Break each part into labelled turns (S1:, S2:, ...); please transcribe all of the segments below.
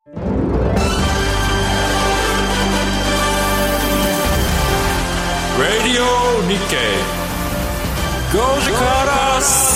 S1: Radio Nikkei 5時から正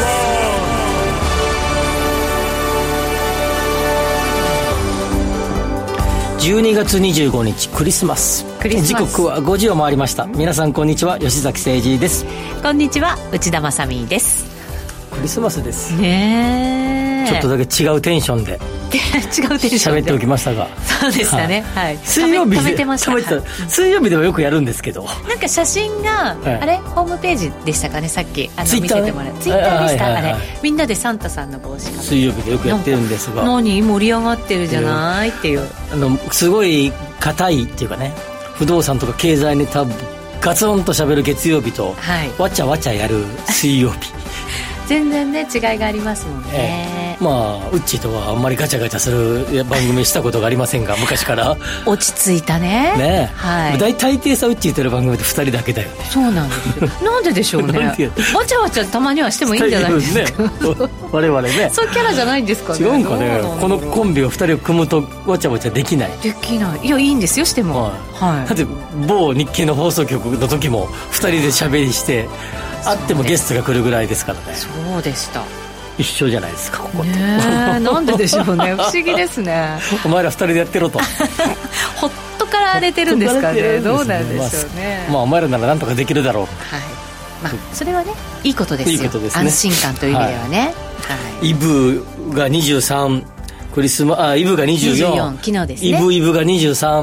S1: 論
S2: 12月25日クリスマス。時刻は5時を回りました。皆さんこんにちは、吉崎誠二です。
S3: こんにちは、内田まさみです。
S2: クリスマスです
S3: ね。
S2: ちょっとだけ違うテンションで喋っておきましたが、
S3: そうでしたね、はい、
S2: 水曜日で
S3: 食べてました、
S2: 水曜日ではよくやるんですけど、
S3: なんか写真が、
S2: はい、
S3: あれホームページでしたかね、さっき
S2: ツイッター、
S3: 見せてもらうツイッターでした、
S2: はいはいはいはい、
S3: あれみんなでサンタさんの帽子かぶ
S2: 水曜日でよくやってるんですが、
S3: 何盛り上がってるじゃないっていう、
S2: すごい硬いっていうかね、不動産とか経済ネタガツンと喋る月曜日と、はい、わちゃわちゃやる水曜日
S3: 全然ね違いがありますもんね、
S2: まあウッチーとはあんまりガチャガチャする番組したことがありませんが昔から
S3: 落ち着いた ね、
S2: はい、大抵さウッチーとやる番組って2人だけだよね。
S3: そうなんですよなんででしょうねわちゃわちゃたまにはしてもいいんじゃないですか、ね、
S2: 我々ね
S3: そういうキャラじゃないんですかね。
S2: 違うんかね、このコンビを2人を組むとわちゃわちゃできない
S3: いやいいんですよしても、
S2: はいはい、だって某日系の放送局の時も2人で喋りしてあってもゲストが来るぐらいですからね。
S3: そうでした。
S2: 一緒じゃないですかここって、
S3: なんででしょうね不思議ですね
S2: お前ら2人でやってろと
S3: ほっとかられてるんですかね。どうなんでしょうね、
S2: まあお前らならなんとかできるだろう、
S3: はいまあ、それはねいいことですよ。いいことですね、安心感という意味ではね、はい、
S2: イブが23クリスマイブが24
S3: 昨日ですね。
S2: イブが23、うん、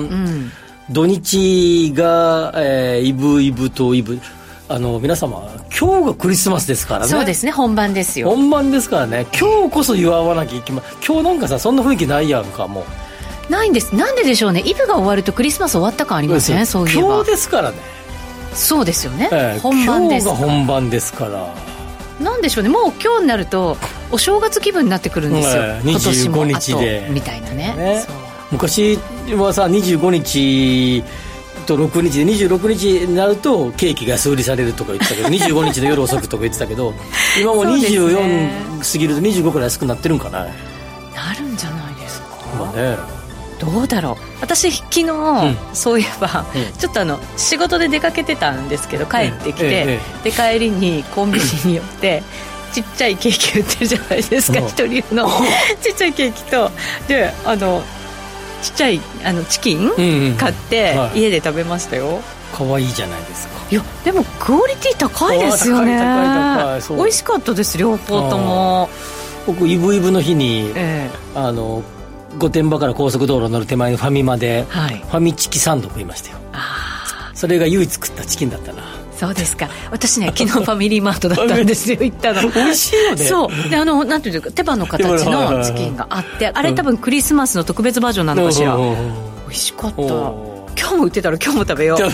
S2: 土日が、イブとイブ皆様今日がクリスマスですからね。
S3: そうですね、本番ですよ。
S2: 本番ですからね。今日こそ祝わなきゃいけません。今日なんかさそんな雰囲気ないやんか。も
S3: うないんです。なんででしょうね。イブが終わるとクリスマス終わった感ありません？そういえば
S2: 今日ですからね。
S3: そうですよね、本番です。
S2: 今日が本番ですから。
S3: なんでしょうね、もう今日になるとお正月気分になってくるんですよ、
S2: 25日で
S3: みたいな ね
S2: そう昔はさ25日と6日で26日になるとケーキが安売りされるとか言ってたけど25日の夜遅くとか言ってたけど今も24過ぎると25くらい安くなってるんかな。
S3: なるんじゃないですか、
S2: まあね、ど
S3: うだろう。私昨日、そういえば、ちょっと仕事で出かけてたんですけど帰ってきて、で帰りにコンビニに寄ってちっちゃいケーキ売ってるじゃないですか、一人用のちっちゃいケーキとでちっちゃいチキン買って、家で食べましたよ。
S2: 可愛いじゃないですか。
S3: いやでもクオリティ高いですよね。高い美味しかったです、両方とも。
S2: 僕イブの日に、御殿場から高速道路乗る手前のファミマで、ファミチキサンド食いましたよ。それが唯一食ったチキンだったな。
S3: そうですか。私ね昨日ファミリーマートだったんですよ行ったの。
S2: 美味しいよね。
S3: そうでなんていうか手羽の形のチキンがあってあれ多分クリスマスの特別バージョンなのかしら。美味しかった。今日も売ってたら今日も食べよう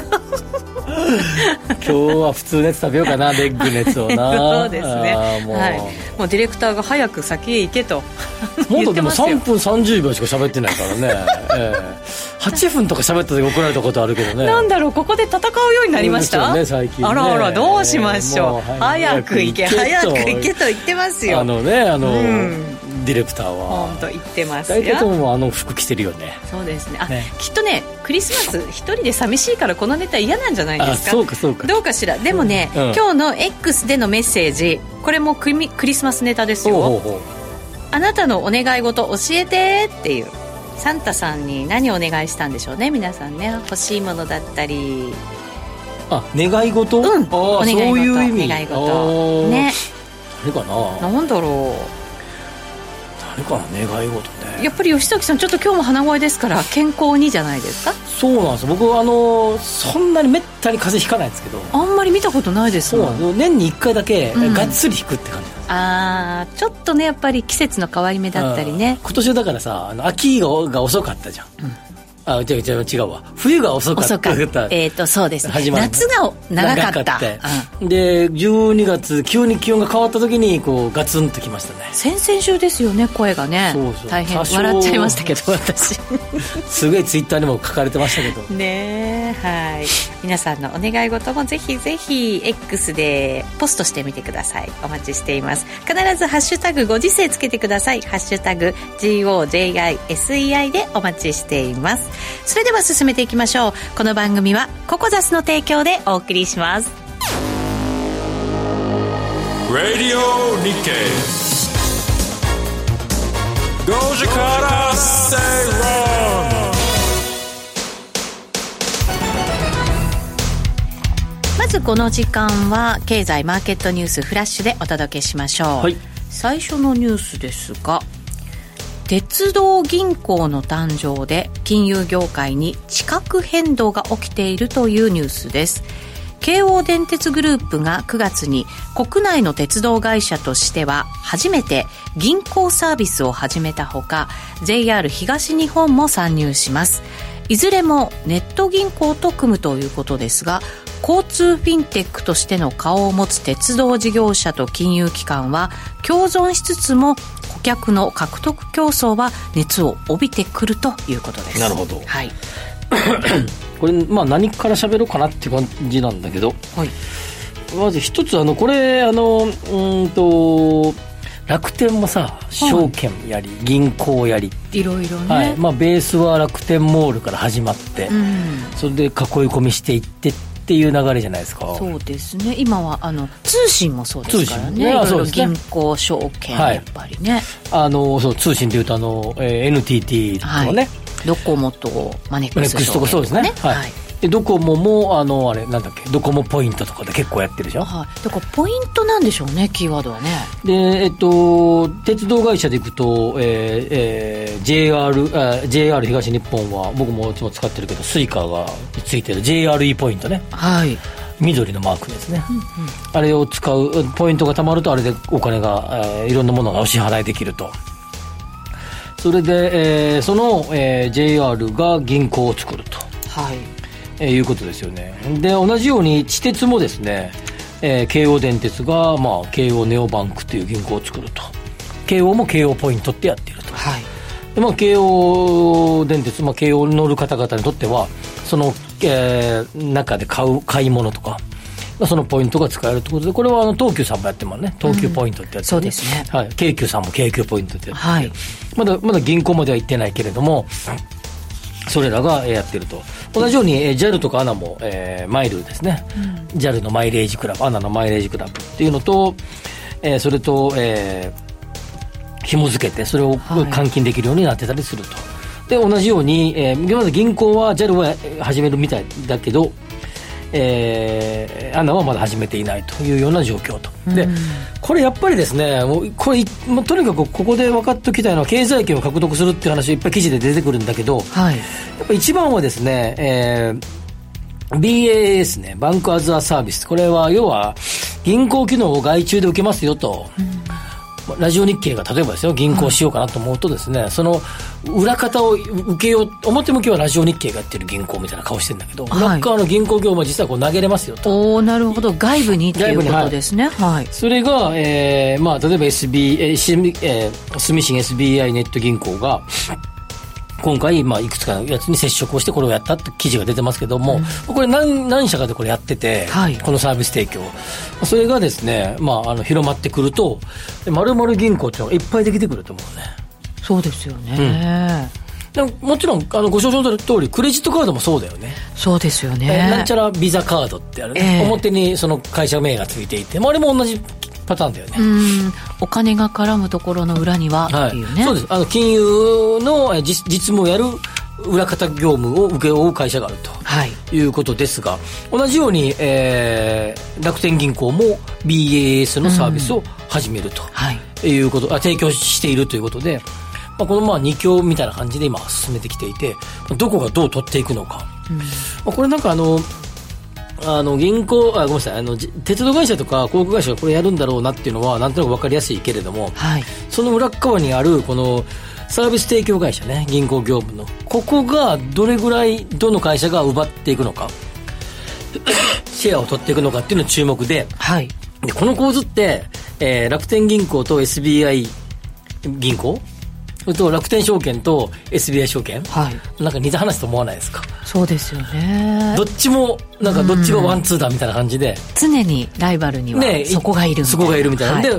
S2: 今日は普通のやつ食べようかなレッグのやつをな
S3: そうですね、もうディレクターが早く先へ行けと
S2: もっとでも3分30秒しか喋ってないからね、8分とか喋った時怒られたことあるけどね。
S3: なんだろう、ここで戦うようになりました、
S2: ね、最近ね。
S3: あらあらどうしましょう、早く行け早く行けと言ってますよディレクターは本当言ってますよ。大体
S2: も服着てるよね。
S3: そうですね。きっとねクリスマス一人で寂しいからこのネタ嫌なんじゃないですか。
S2: そうか
S3: どうかしら。でもね、今日の X でのメッセージこれもクリスマスネタですよ。あなたのお願い事教えてっていう、サンタさんに何をお願いしたんでしょうね皆さんね。欲しいものだったり
S2: 願い事、
S3: お願い事、そういう意味。願い事ね。
S2: 誰かな。
S3: なんだろう、
S2: 願い事ね。
S3: やっぱり吉崎さんちょっと今日も鼻声ですから健康にじゃないですか。
S2: そうなんです。僕そんなにめったに風邪ひかないんですけど、
S3: あんまり見たことないですもん。
S2: そう年に1回だけがっつりひくって感じなんです。
S3: ちょっとねやっぱり季節の変わり目だったりね、
S2: 今年はだからさ秋が遅かったじゃん、 違うわ。冬が遅かった。
S3: そうです。夏が長かった。
S2: で、12月、急に気温が変わった時に、こう、ガツンときましたね。
S3: 先々週ですよね、声がね。そう大変笑っちゃいましたけど、私。
S2: すごいツイッターにも書かれてましたけど。
S3: ねはい。皆さんのお願い事もぜひぜひ、X でポストしてみてください。お待ちしています。必ずハッシュタグご時世つけてください。ハッシュタグ GOJISEI でお待ちしています。それでは進めていきましょう。この番組はココザスの提供でお送りします。
S1: Radio Nikkei 5時から正論。
S3: まずこの時間は経済マーケットニュースフラッシュでお届けしましょう、はい、最初のニュースですが、鉄道銀行の誕生で金融業界に地殻変動が起きているというニュースです。京王電鉄グループが9月に国内の鉄道会社としては初めて銀行サービスを始めたほか、 JR 東日本も参入します。いずれもネット銀行と組むということですが、交通フィンテックとしての顔を持つ鉄道事業者と金融機関は共存しつつも、顧客の獲得競争は熱を帯びてくるということです。
S2: なるほど、
S3: はい、
S2: これ、何から喋ろうかなって感じなんだけど、はい、まず一つこれ楽天もさ、証券やり、銀行やり
S3: いろいろね、
S2: はい、ベースは楽天モールから始まって、それで囲い込みしていってっていう流れじゃないですか。
S3: そうですね。今は通信もそうですからね。いろいろ銀行、証券、やっぱりね。
S2: そう通信でいうとNTT とかね、はい、
S3: ドコモとマネックス証券とかね。そうですね。
S2: はい。でドコモもあれなんだっけ、ドコモポイントとかで結構やってるでしょ。
S3: はい。だからポイントなんでしょうね、キーワードはね。
S2: で鉄道会社でいくと、JR 東日本は僕もいつも使ってるけど、スイカがついてる JRE ポイントね。はい。緑のマークですね、あれを使うポイントがたまると、あれでお金が、いろんなものがお支払いできると。それで、その、JR が銀行を作ると、はい、いうことですよね。で同じように地鉄もですね、京王電鉄が、京王ネオバンクという銀行を作ると。京王も京王ポイントってやっていると、はい。で京王電鉄、京王に乗る方々にとってはその、中で買い物とか、そのポイントが使えるということで、これは東急さんもやってますね。東急ポイントってやつ、ね、
S3: そうですね、
S2: はい、京急さんも京急ポイントってやつ、
S3: はい、
S2: まだ銀行までは行ってないけれども、それらがやってると。同じように JAL とか ANA も、マイルですね、JAL のマイレージクラブ、ANA のマイレージクラブっていうのと、それと、紐付けてそれを換金できるようになってたりすると、はい、で同じように、まず銀行は JAL は始めるみたいだけど、ANA はまだ始めていないというような状況と。でこれやっぱりですね、これとにかくここで分かっておきたいのは、経済圏を獲得するっていう話いっぱい記事で出てくるんだけど、はい、やっぱ一番はですね、BAS ね、バンクアズアサービス、これは要は銀行機能を外注で受けますよと、ラジオ日経が例えばですよ、銀行しようかなと思うとですね、その裏方を受けよう、表向きはラジオ日経がやってる銀行みたいな顔してるんだけど、裏側の銀行業務は実はこう投げれますよと。
S3: おー、なるほど、外部にっていうことですね。はい。
S2: それが、例えば住信 SBI ネット銀行が今回、いくつかのやつに接触をしてこれをやったって記事が出てますけども、これ何社かでこれやってて、はい、このサービス提供、それがですね、広まってくると、丸々銀行っていうのがいっぱいできてくると思うね。
S3: そうですよね、
S2: でももちろんご承知の通りクレジットカードもそうだよね。
S3: そうですよね、
S2: なんちゃらビザカードってあるね、表にその会社名がついていて、あれも同じパターンだよね。
S3: お金が絡むところの裏にはっていうね、
S2: そうです。金融の実務をやる裏方業務を請け負う会社があると、いうことですが、同じように、楽天銀行も BAS のサービスを始めるということ、提供しているということで、この2強みたいな感じで今進めてきていて、どこがどう取っていくのか、これなんか銀行ごめんなさい、鉄道会社とか航空会社がこれやるんだろうなっていうのはなんとなく分かりやすいけれども、はい、その裏側にあるこのサービス提供会社ね、銀行業務のここがどれぐらいどの会社が奪っていくのかシェアを取っていくのかっていうの注目で、
S3: はい、
S2: でこの構図って、楽天銀行と SBI 銀行と楽天証券と SBI 証券、はい、なんか似た話と思わないですか。
S3: そうですよね。
S2: どっちもなんかどっちがワンツーだみたいな感じで、
S3: 常にライバルにはそこがいるみたいな、
S2: そこがいるみたいな、はい、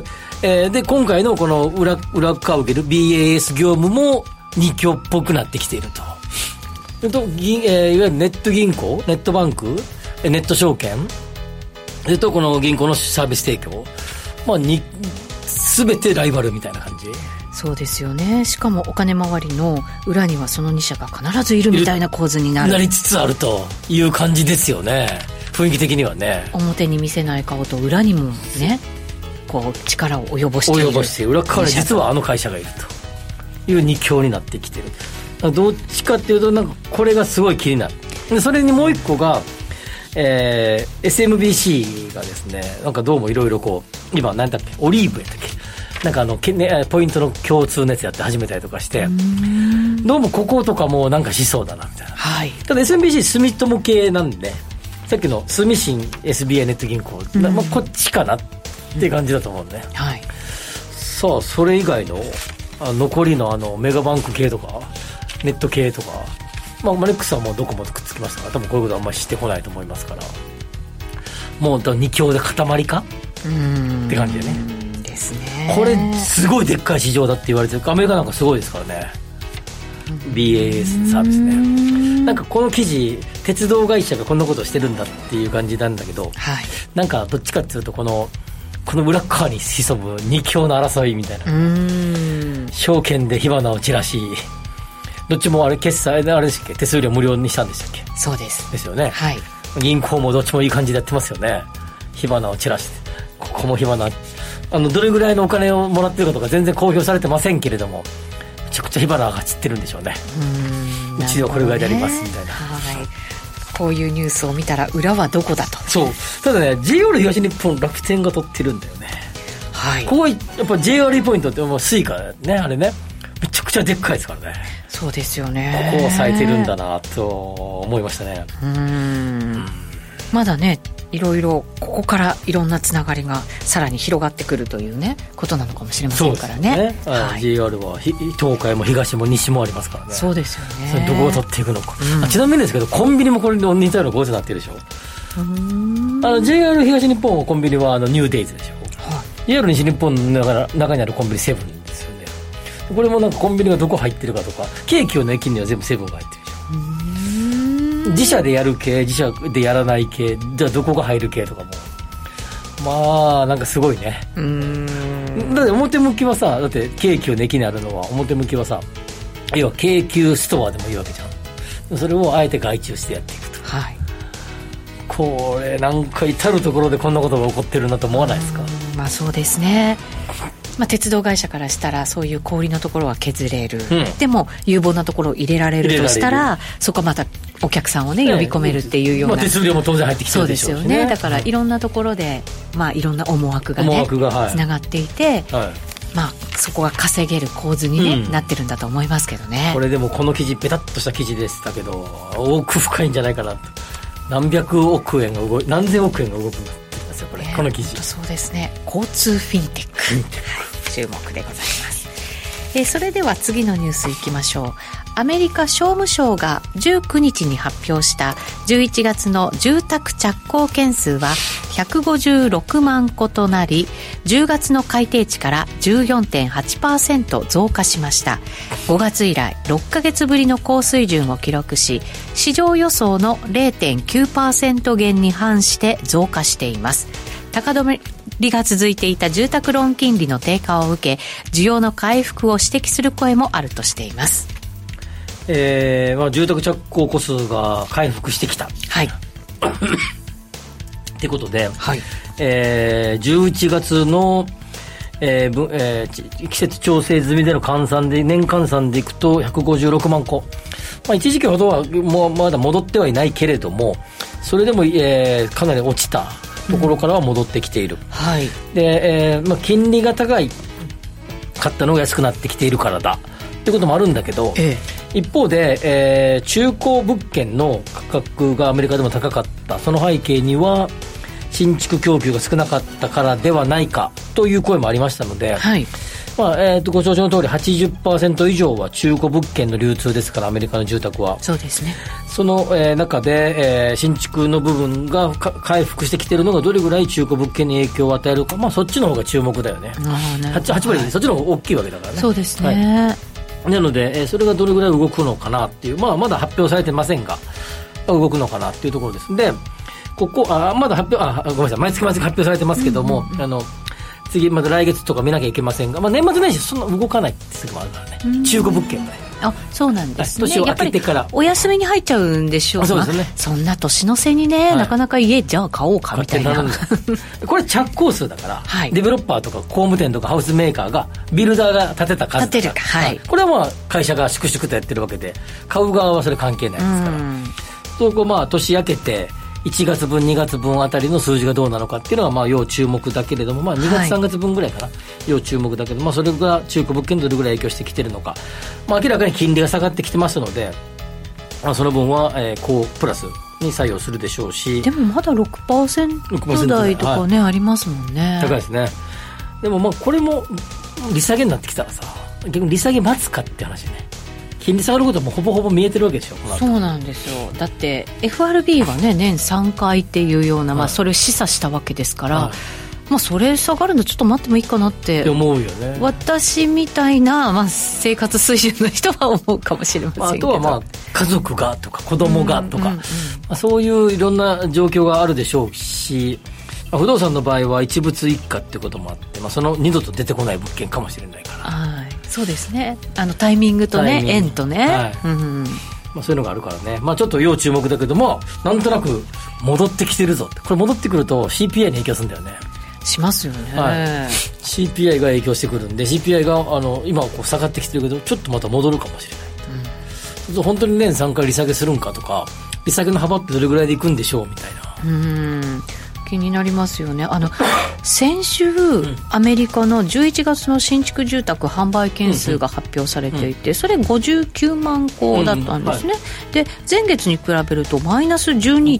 S2: で今回のこの裏側を受ける BAS 業務も2強っぽくなってきていると。いわゆるネット銀行、ネットバンク、ネット証券、それとこの銀行のサービス提供、まあ全てライバルみたいな感じ。
S3: そうですよね。しかもお金回りの裏にはその2社が必ずいるみたいな構図にな
S2: りつつあるという感じですよね。雰囲気的にはね、
S3: 表に見せない顔と裏にもね、こう力を及ぼしている、
S2: 裏側に実はあの会社がいるという2強になってきてる。どっちかっていうとなんかこれがすごい気になる。でそれにもう一個が、SMBC がですね、なんかどうもいろいろこう今何だっけ、オリーブやったっけ、なんかポイントの共通のやつやって始めたりとかして、どうもこことかもなんかしそうだなみたいな、はい、ただ SMBC 住友系なんで、さっきの住信 SBI ネット銀行、まあ、こっちかなって感じだと思うね、はい、さあそれ以外の残りのメガバンク系とかネット系とか、まあ、マネックスはもうどこもくっつきましたから、多分こういうことはあんまりしてこないと思いますから、もう2強で塊かって感じでね。
S3: ですね、
S2: これすごいでっかい市場だって言われてる。アメリカなんかすごいですからね、BAS サービスね。なんかこの記事、鉄道会社がこんなことをしてるんだっていう感じなんだけど、はい、なんかどっちかっていうとこの裏側に潜む2強の争いみたいな、証券で火花を散らし、どっちもあれ決済であれでしたっけ、手数料無料にしたんでしたっけ。
S3: そうです
S2: ですよね、
S3: はい、
S2: 銀行もどっちもいい感じでやってますよね。火花を散らして、ここも火花、どれぐらいのお金をもらってるかとか全然公表されてませんけれども、めちゃくちゃ火花が散ってるんでしょうね。うちではこれぐらいでありますみたいな、
S3: はい、こういうニュースを見たら裏はどこだと。
S2: そう、ただね JR 東日本楽天が取ってるんだよね、はい、ここやっぱ JR ポイントってもうスイカね、あれねめちゃくちゃでっかいですからね。
S3: そうですよね、
S2: ここを抑えてるんだなと思いましたね。
S3: まだねいろいろここからいろんなつながりがさらに広がってくるというねことなのかもしれませんからね。
S2: そうですね、はい、JR は東海も東も西もありますからね。
S3: そうですよね。
S2: それどこを取っていくのか、ちなみにですけどコンビニもこれに似たような構図になってるでしょ。JR 東日本のコンビニはニューデイズでしょ、はい、JR 西日本の中にあるコンビニセブンですよね。これもなんかコンビニがどこ入ってるかとか、京急の駅には全部セブンが入ってるでしょ。自社でやる系、自社でやらない系、じゃあどこが入る系とかも、まあなんかすごいね。だって表向きはさ、だって京急の駅にあるのは表向きはさ、要は京急ストアでもいいわけじゃん。それをあえて外注してやっていくと、はい、これなんか至るところでこんなことが起こってるなと思わないですか。
S3: まあそうですね。まあ、鉄道会社からしたらそういう小売りのところは削れる、でも有望なところを入れられるとしたら、そこはまたお客さんをね呼び込めるっていうような、
S2: 手数料も当然入ってきてるでしょうしね。
S3: そうですよね。だからいろんなところで、まあ、いろんな思惑がねつながっていて、まあ、そこが稼げる構図に、なってるんだと思いますけどね。
S2: これでもこの記事ペタッとした記事でしたけど奥深いんじゃないかなと。何百億円が何千億円が動くんだこれ、この記事。
S3: そうですね。交通フィンテック、注目でございます。それでは次のニュースいきましょう。アメリカ商務省が19日に発表した11月の住宅着工件数は156万戸となり、10月の改定値から 14.8% 増加しました。5月以来6ヶ月ぶりの高水準を記録し、市場予想の 0.9% 減に反して増加しています。高止まりが続いていた住宅ローン金利の低下を受け、需要の回復を指摘する声もあるとしています。
S2: まあ、住宅着工戸数が回復してきた、はい、ってことで、はい、11月の、季節調整済みでの換算で年換算でいくと156万戸、まあ、一時期ほどはもうまだ戻ってはいないけれども、それでも、かなり落ちたところからは戻ってきている、はい、で、まあ、金利が高い買ったのが安くなってきているからだいうこともあるんだけど、一方で、中古物件の価格がアメリカでも高かった、その背景には新築供給が少なかったからではないかという声もありましたので、はい、まあご承知の通り 80% 以上は中古物件の流通ですから、アメリカの住宅は。
S3: そうですね。そ
S2: の、中で、新築の部分が回復してきているのがどれぐらい中古物件に影響を与えるか、まあ、そっちの方が注目だよね。8割、はい、そっちの方が大きいわけだからね。
S3: そうですね、
S2: はい、なので、それがどれぐらい動くのかなっていう、まあ、まだ発表されてませんが動くのかなっていうところです。でまだ発表ごめんなさい、毎月発表されてますけども、次また来月とか見なきゃいけませんが、まあ、年末年始そんな動かないってすぐもあるからね、中古物件はね。
S3: あ、そうなんですね。
S2: 年を明けてからやっぱり
S3: お休みに入っちゃうんでしょう。
S2: そうですね。
S3: そんな年の瀬にね、はい、なかなか家じゃあ買おうかみたいな。
S2: これ着工数だから、はい、デベロッパーとか工務店とかハウスメーカーがビルダーが建てた数だから、建てるか、はい、これはまあ会社が粛々とやってるわけで、買う側はそれ関係ないですから。そうまあ年明けて1月分2月分あたりの数字がどうなのかっていうのはまあ要注目だけれども、まあ、2月3月分ぐらいかな、要注目だけど、まあ、それが中古物件にどれぐらい影響してきてるのか、まあ、明らかに金利が下がってきてますので、まあ、その分は高プラスに作用するでしょうし、
S3: でもまだ 6% 台とかね、はい、ありますもんね。
S2: 高いですね。でもまあこれも利下げになってきたらさ、逆に利下げ待つかって話ね。金利下がることもほぼほぼ見えてるわけでしょ。
S3: そうなんですよ。だって FRB はね、年3回っていうような、まあ、それを示唆したわけですから、はい、まあ、それ下がるのちょっと待ってもいいかなって
S2: 思うよね。
S3: 私みたいな、まあ、生活水準の人は思うかもしれませんけど、
S2: あとはまあ家族がとか子供がとか、まあ、そういういろんな状況があるでしょうし、まあ、不動産の場合は一物一家ってこともあって、まあ、その二度と出てこない物件かもしれないから、
S3: はい、そうですね。タイミングとね、円とね、はい、
S2: まあ、そういうのがあるからね、まあ、ちょっと要注目だけども、なんとなく戻ってきてるぞって。これ戻ってくると CPI に影響するんだよね。
S3: しますよね、
S2: はい、CPI が影響してくるんで、 CPI が今こう下がってきてるけどちょっとまた戻るかもしれない、本当に年3回利下げするんかとか、利下げの幅ってどれぐらいでいくんでしょうみたいな、
S3: 気になりますよね。先週、アメリカの11月の新築住宅販売件数が発表されていて、それ59万戸だったんですね、はい、で前月に比べるとマイナス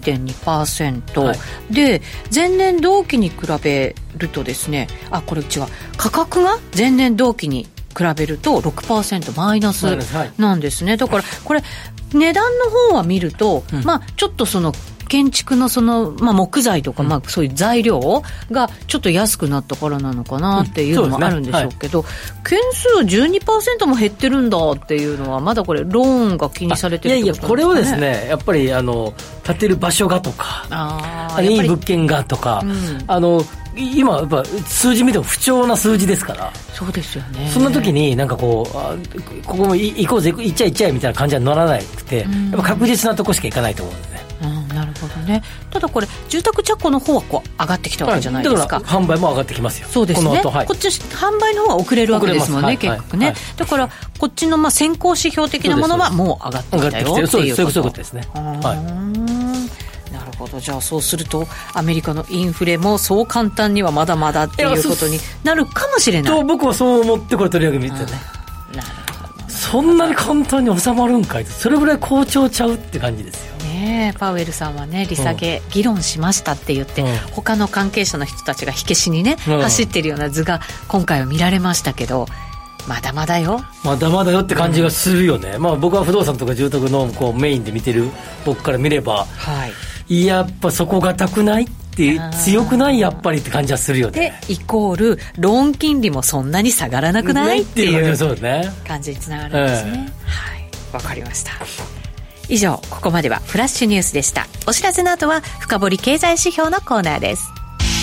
S3: 12.2%、はい、で前年同期に比べるとですね、これ違う、価格が前年同期に比べると 6% マイナスなんですね。だからこれ値段の方は見ると、まあちょっとその建築のまあ、木材とか、まあ、そういう材料がちょっと安くなったからなのかなっていうのもあるんでしょうけど、件数 12% も減ってるんだっていうのは、まだこれローンが気にされてるってことなんですかね。
S2: これをですね、やっぱり建てる場所がとか、いい物件がとか、今やっぱ数字見ても不調な数字ですから。
S3: そうですよね。
S2: そんな時になんかここも行こうぜ、行っちゃえみたいな感じは乗らなくて、やっぱ確実なとこしか行かないと思うんですね。
S3: なるほどね。ただこれ住宅着工の方はこう上がってきたわけじゃないですか、
S2: だから販売も上がってきますよ。
S3: そうですね、
S2: この後、
S3: こっち販売の方は遅れるわけですもんね、結局ね、だからこっちのまあ先行指標的なものはもう上がってきたよっていうこと。そういうことですね。なるほど。じゃあそうするとアメリカのインフレもそう簡単にはまだまだっていうことになるかもしれないと、
S2: 僕はそう思ってこれ取り上げてね。
S3: なるほど。
S2: そんなに簡単に収まるんかいと、それぐらい好調ちゃうって感じですよ
S3: ね。パウエルさんはね、利下げ議論しましたって言って、他の関係者の人たちが火消しにね、走ってるような図が今回は見られましたけど、まだまだよって感じがするよね、まあ、僕は不動産とか住宅のこうメインで見てる僕から見れば、やっぱそこが高くないって強くないやっぱりって感じはするよね。 でイコールローン金利もそんなに下がらなくないっていう感じにつながるんですね。はい、わかりました。以上、ここまではフラッシュニュースでした。お知らせの後は深掘り経済指標のコーナーです。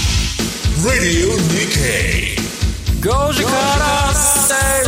S1: Radio Nikkei Goji Kara Stay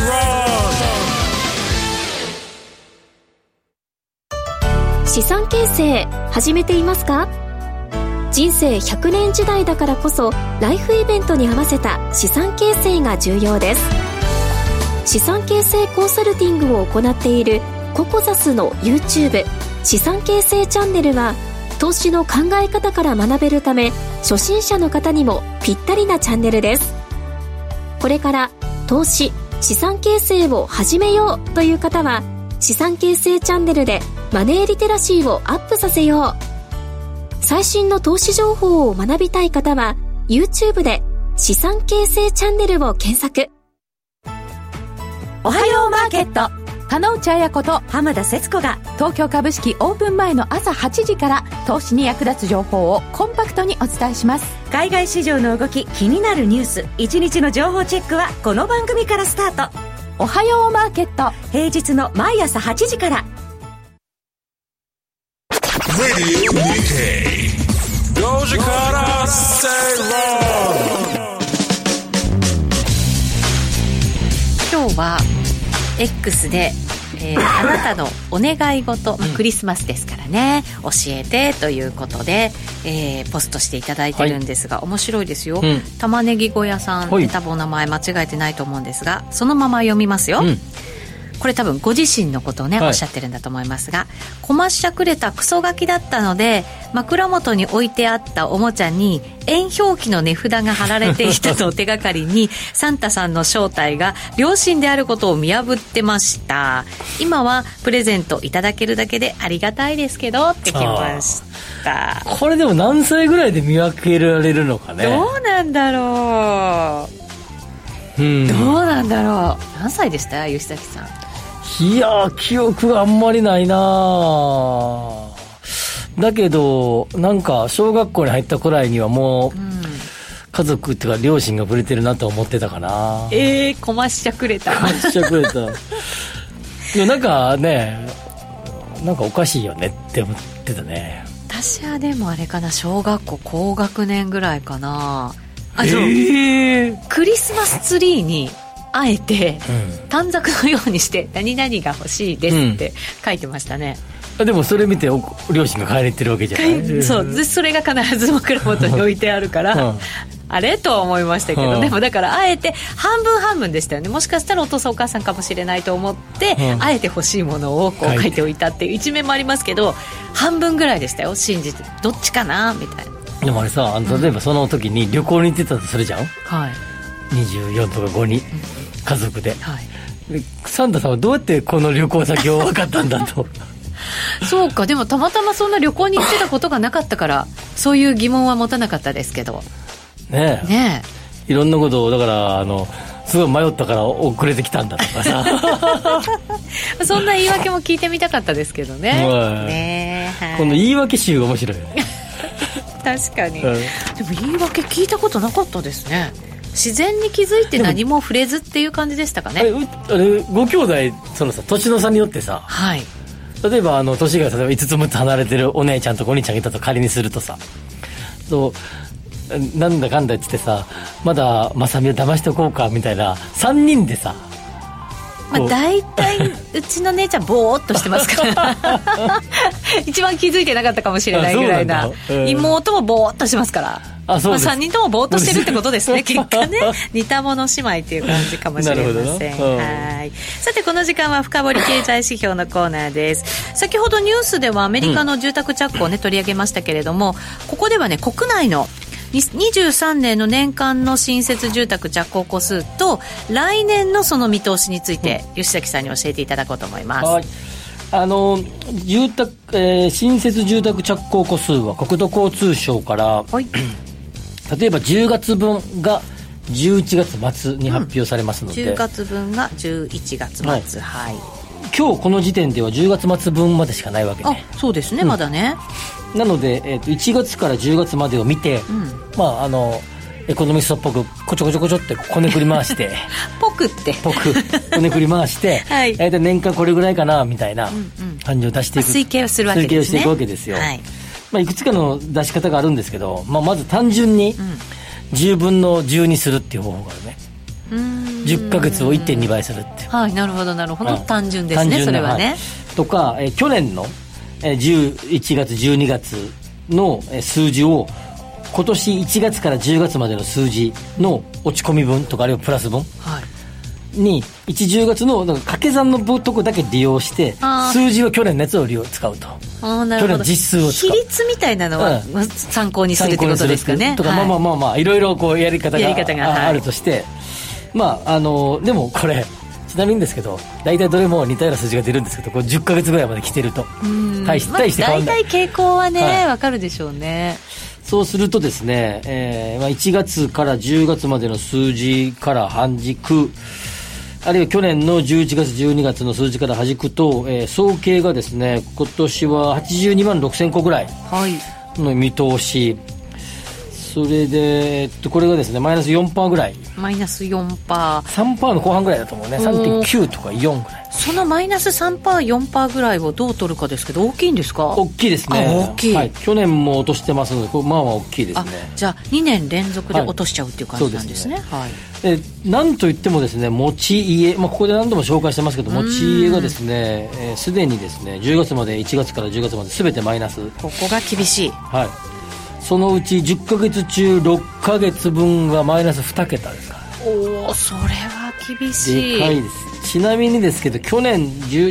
S1: Wrong。
S4: 資産形成始めていますか？人生100年時代だからこそライフイベントに合わせた資産形成が重要です。資産形成コンサルティングを行っているココザスの YouTube 資産形成チャンネルは、投資の考え方から学べるため初心者の方にもぴったりなチャンネルです。これから投資、 資産形成を始めようという方は、資産形成チャンネルでマネーリテラシーをアップさせよう。最新の投資情報を学びたい方は YouTube で資産形成チャンネルを検索。
S5: おはようマーケット、加納内彩子と浜田節子が東京株式オープン前の朝8時から投資に役立つ情報をコンパクトにお伝えします。
S6: 海外市場の動き、気になるニュース、1日の情報チェックはこの番組からスタート。
S5: おはようマーケット、
S6: 平日の毎朝8時から。
S1: Radio Nikkei Doja Cat Say Wrong。
S3: 今日は X で、あなたのお願い事、クリスマスですからね、教えてということで、ポストしていただいてるんですが、面白いですよ、玉ねぎ小屋さんって多分お名前間違えてないと思うんですが、そのまま読みますよ、これ多分ご自身のことをね、おっしゃってるんだと思いますが、こましゃくれたクソガキだったので枕元に置いてあったおもちゃに円表記の値札が貼られていたのを手がかりにサンタさんの正体が両親であることを見破ってました。今はプレゼントいただけるだけでありがたいですけどってきました。
S2: これでも何歳ぐらいで見分けられるのかね。
S3: どうなんだろう、どうなんだろう。何歳でした吉崎さん。
S2: いや記憶があんまりないな。だけどなんか小学校に入ったくらいにはもう、家族っていうか両親がぶれてるなと思ってたかな。
S3: こましゃくれた
S2: こましゃくれたでもなんかね、なんかおかしいよねって思ってたね。
S3: 私はでもあれかな、小学校高学年ぐらいかな。クリスマスツリーにあえて短冊のようにして何々が欲しいですって書いてましたね、
S2: でもそれ見て両親が買いに行ってるわけじゃない。
S3: そうで、それが必ず枕元に置いてあるから、あれとは思いましたけど、でもだからあえて半分半分でしたよね。もしかしたらお父さんお母さんかもしれないと思って、あえて欲しいものをこう書いておいたっていう一面もありますけど、半分ぐらいでしたよ、信じてどっちかなみたいな。
S2: でもあれさ、例えばその時に旅行に行ってたとするじゃん、24とか5に、家族で、でサンタさんはどうやってこの旅行先を分かったんだと
S3: そうか、でもたまたまそんな旅行に行ってたことがなかったからそういう疑問は持たなかったですけど
S2: ねえ、いろんなことをだからすごい迷ったから遅れてきたんだとかさ
S3: そんな言い訳も聞いてみたかったですけどね、
S2: この言い訳集が面白いよね
S3: 確かに、でも言い訳聞いたことなかったですね。自然に気づいて何も触れずっていう感じでしたかね。
S2: あれご兄弟そのさ、年の差によってさ、例えば年が例えば5つ6つ離れてるお姉ちゃんとお兄ちゃんがいたと仮にするとさ、そうなんだかんだ言ってさ、まだ正美を騙しておこうかみたいな3人でさ、
S3: 大体うちの姉ちゃんボーっとしてますから一番気づいてなかったかもしれないぐらいな、妹もボーっとしますから、3人ともボーっとしてるってことですね結果ね似た者姉妹っていう感じかもしれません。はい、さてこの時間は深掘り経済指標のコーナーです。先ほどニュースではアメリカの住宅着工を、取り上げましたけれども、ここではね、国内の23年の年間の新設住宅着工戸数と来年のその見通しについて、吉崎さんに教えていただこうと思います。
S2: 新設住宅着工戸数は国土交通省から例えば10月分が11月末に発表されますので、
S3: 10月分が11月末、
S2: 今日この時点では10月末分までしかないわけね。
S3: そうですね、まだね。
S2: なので、1月から10月までを見て、エコノミストっぽくこちょこちょこちょってこねくり回して
S3: ぽく
S2: こねくり回して、大体年間これぐらいかなみたいな感じを出していく、
S3: 推計をするわけですね。
S2: 推計をしていくわけですよ。いくつかの出し方があるんですけど、まず単純に10分の10にするっていう方法があるね。10ヶ月を 1.2 倍するっていう。
S3: なるほどなるほど、単純ですね、それはね。
S2: とか、去年の11月12月の数字を今年1月から10月までの数字の落ち込み分とか、あるいはプラス分に10月の掛け算のとこだけ利用して、数字は去年のやつを使うと。
S3: なるほど、
S2: 去年の実数を使う、
S3: 比率みたいなのは参考にするってことですかね。
S2: とか、いろいろこうやり方があるとして、 まあでもこれちなみにですけど大体どれも似たような数字が出るんですけど、これ10ヶ月ぐらいまで来てると大して変わらない、
S3: 大体傾向はね、わかるでしょうね。
S2: そうするとですね、1月から10月までの数字から弾く、あるいは去年の11月12月の数字から弾くと、総計がですね今年は82万6000個ぐらいの見通し、それで、これがですねマイナス 4% ぐらい、
S3: マイナス 4%、3%
S2: の後半ぐらいだと思うね。 3.9 とか4ぐらい。
S3: そのマイナス 3%、4% ぐらいをどう取るかですけど、大きいんですか？
S2: 大きいですね。
S3: 大きい、
S2: はい、去年も落としてますので、これまあまあ大きいですね。
S3: じゃあ2年連続で落としちゃうっていう感じなんですね。はい、
S2: なんといってもですね持ち家、ここで何度も紹介してますけど、持ち家がですねすでにですね10月まで、1月から10月まで全てマイナス。
S3: ここが厳しい。
S2: はい、そのうち10ヶ月中6ヶ月分がマイナス2桁ですから。
S3: おお、それは厳しい。
S2: でかいです。ちなみにですけど、去年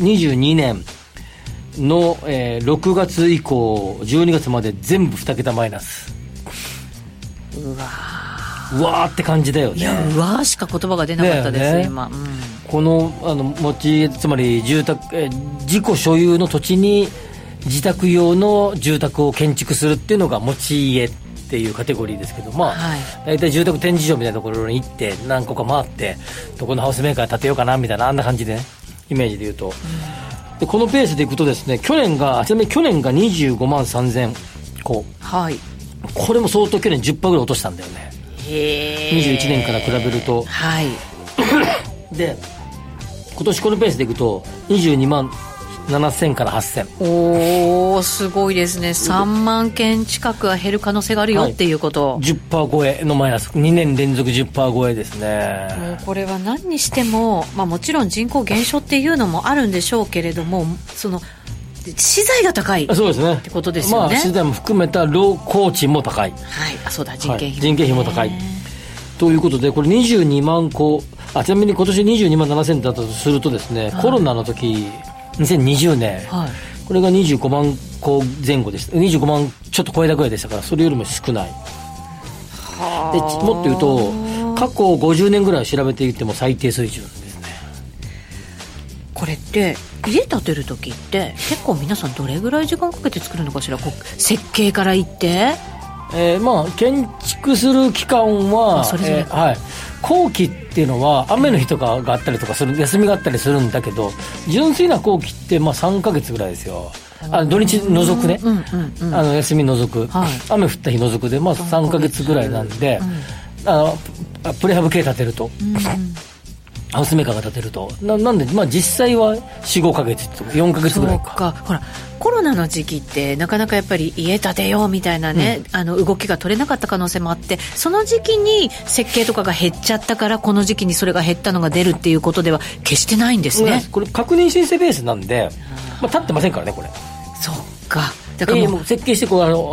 S2: 22年の、6月以降12月まで全部2桁マイナス。うわーって感じだよね。
S3: いや、うわーしか言葉が出なかったです、ね、今、
S2: この持ち家、つまり住宅、自己所有の土地に自宅用の住宅を建築するっていうのが持ち家っていうカテゴリーですけど、大体住宅展示場みたいなところに行って何個か回ってどこのハウスメーカー建てようかなみたいな、あんな感じでね、イメージで言うと、でこのペースでいくとですね、ちなみに去年が25万3000個、これも相当去年 10% ぐらい落としたんだよね。21年から比べると、で今年このペースでいくと22万7000から8000。
S3: おー、すごいですね。3万件近くは減る可能性があるよっていうこと、
S2: 10% 超えのマイナス、2年連続 10% 超えですね。
S3: もうこれは何にしても、もちろん人口減少っていうのもあるんでしょうけれども、その資材が高い、
S2: そうですね、
S3: ってことですよね。
S2: 資材も含めた工賃も高い、
S3: そうだ、人件費、
S2: 人件費も高いということで、これ22万個、ちなみに今年22万7000だったとするとですね、コロナの時2020年、これが25万個前後でした。25万ちょっと超えたぐらいでしたから、それよりも少ない。でもっと言うと過去50年ぐらい調べていっても最低水準ですね。
S3: これって家建てる時って結構皆さんどれぐらい時間かけて作るのかしら？設計からいって
S2: 建築する期間はそれぞれ、後期っていうのは雨の日とかがあったりとかする、休みがあったりするんだけど、純粋な後期って3ヶ月ぐらいですよ。土日除くね、休み除く、雨降った日除くで3ヶ月ぐらいなんで、プレハブ系建てると、ハウスメーカーが建てるとなんで、実際は 4,5 ヶ月とか4ヶ月ぐらいか。
S3: ほら、コロナの時期ってなかなかやっぱり家建てようみたいなね、動きが取れなかった可能性もあって、その時期に設計とかが減っちゃったから、この時期にそれが減ったのが出るっていうことでは決してないんですね。
S2: これ確認申請ベースなんで、立ってませんからね、これ。
S3: そっか。だからもう
S2: 設計して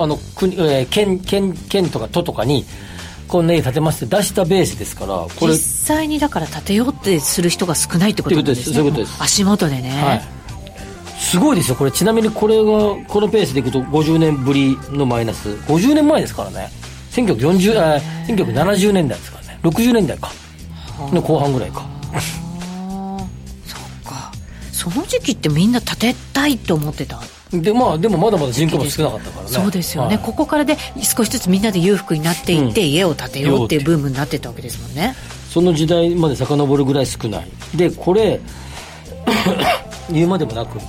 S2: 県とか都とかにこんな家建てますって出したベースですから、これ
S3: 実際にだから建てようってする人が少ないってことなんですね。
S2: そういうことです。
S3: 足元でね、
S2: すごいですよこれ。ちなみにこれがこのペースでいくと50年ぶりのマイナス、50年前ですからね。1970年代ですからね。60年代かの後半ぐらいか。
S3: そっか。その時期ってみんな建てたいと思ってた。
S2: でもまだまだ人口も少なかったからね。
S3: そうですよね、ここからで少しずつみんなで裕福になっていって、家を建てようっていうブームになっていったわけですもんね。
S2: その時代まで遡るぐらい少ないで、これ言うまでもなく、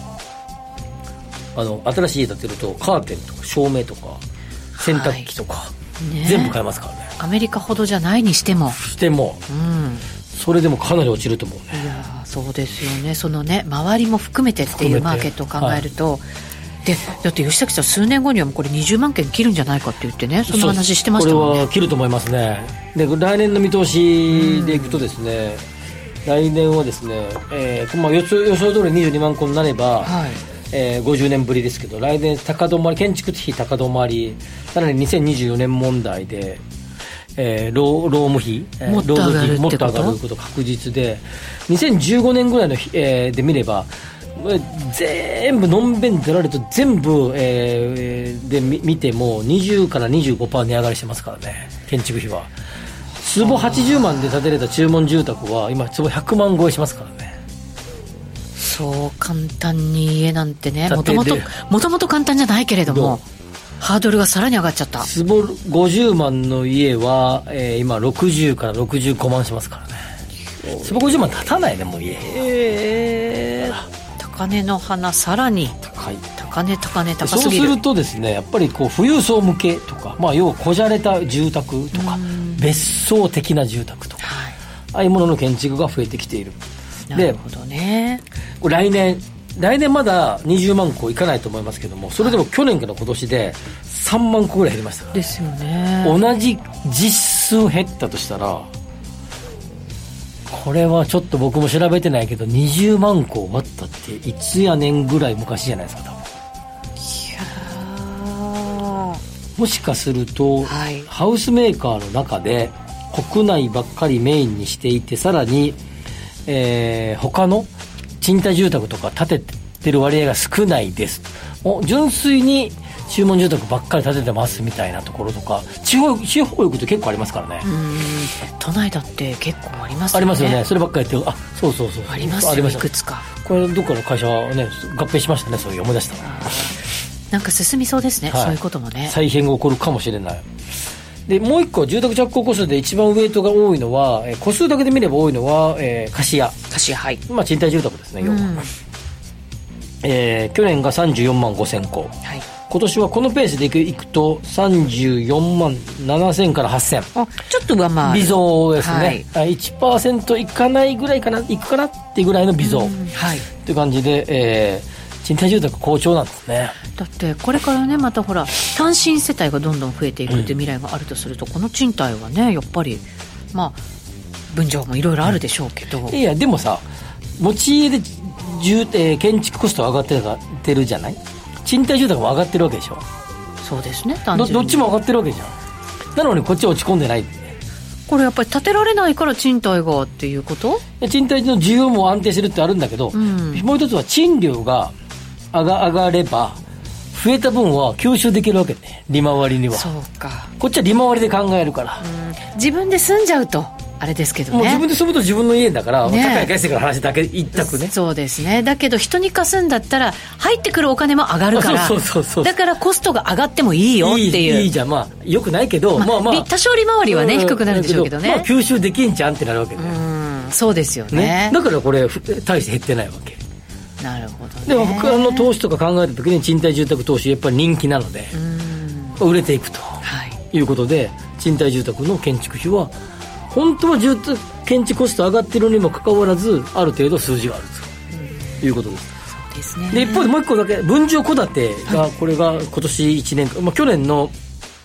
S2: 新しい家建てるとカーテンとか照明とか洗濯機とか、全部買えますからね。
S3: アメリカほどじゃないにしても
S2: それでもかなり落ちると思うね。
S3: いやそうですよね。そのね、周りも含めてっていうマーケットを考えると、でだって吉崎さん数年後にはもうこれ20万件切るんじゃないかって言ってね、その話してましたもんね。
S2: これは切ると思いますね。で来年の見通しでいくとですね、来年はですね、予想通り22万個になれば、50年ぶりですけど、来年高止まり、建築費高止まり、さらに2024年問題で、労務費
S3: もっと上がる
S2: こと確実で、2015年ぐらいの、で見れば全部のんべん出られると全部、で見ても20から 25% 値上がりしてますからね、建築費は。 坪80万で建てれた注文住宅は今坪100万超えしますからね。
S3: そう簡単に家なんてね、もともと簡単じゃないけれどもハードルがさらに上がっちゃった。
S2: 坪50万の家は、今60から65万しますからね。坪50万建たないねもう家。
S3: 高値の花さらに
S2: 高い。
S3: 高値高すぎる。
S2: そうするとですね、やっぱりこう富裕層向けとか、要はこじゃれた住宅とか別荘的な住宅とか、ああいうものの建築が増えてきている。
S3: なるほどね。
S2: 来年まだ20万個いかないと思いますけども、それでも去年から今年で3万個ぐらい減りましたから
S3: ですよね。
S2: 同じ実数減ったとしたら、これはちょっと僕も調べてないけど20万個割ったっていつや年ぐらい昔じゃないですか多分。もしかすると、ハウスメーカーの中で国内ばっかりメインにしていて、さらに、他の賃貸住宅とか建ててる割合が少ないです。もう純粋に注文住宅ばっかり建ててますみたいなところとか、地方行くと結構ありますからね。
S3: 都内だって結構ありますよね。
S2: ありますよね。そればっかりやってる。そう
S3: ありますよ。いくつか。
S2: これどっかの会社はね合併しましたね。そういう思い出した。
S3: なんか進みそうですね、そういうこともね。
S2: 再編が起こるかもしれない。でもう一個、住宅着工戸数で一番ウェイトが多いのは、戸数だけで見れば多いのは、貸家、
S3: はい、
S2: 賃貸住宅ですね、要は。去年が34万5千戸、今年はこのペースでいくと34万7千から8千。
S3: ちょっと上回る
S2: 微増ですね、1% いかないぐらいかな、いくかなっていうぐらいの微増、っていう感じで、賃貸住宅好調なんですね。
S3: だってこれからね、またほら単身世帯がどんどん増えていくっていう未来があるとすると、この賃貸はねやっぱり分譲もいろいろあるでしょうけど、
S2: いやでもさ、持ち家で建築コストが上がってるじゃない。賃貸住宅も上がってるわけでしょ。
S3: そうですね。
S2: どっちも上がってるわけじゃん。なのにこっちは落ち込んでない。
S3: これやっぱり建てられないから賃貸がっていうこと。
S2: 賃貸の需要も安定してるってあるんだけど、もう一つは賃料が上がれば増えた分は吸収できるわけね、利回りには。
S3: そうか。
S2: こっちは利回りで考えるから、
S3: 自分で住んじゃうとあれですけどね。
S2: もう自分で住むと自分の家だから、高い回数から話だけ一択ね。
S3: そうですね。だけど人に貸すんだったら入ってくるお金も上がるから、だからコストが上がってもいいよっていう。
S2: いいじゃん。よくないけど、
S3: 多少利回りはね低くなるんでしょうけどね。
S2: 吸収できんじゃんってなるわけで。
S3: そうですよね。
S2: だからこれ大して減ってないわけ。
S3: なるほどね。
S2: でも他の投資とか考えた時に賃貸住宅投資やっぱり人気なので売れていくと、いうことで、賃貸住宅の建築費は本当は建築コスト上がってるにもかかわらずある程度数字があるということです。
S3: そうですね。
S2: で一方でもう一個だけ、分譲戸建てが、これが今年1年間、去年の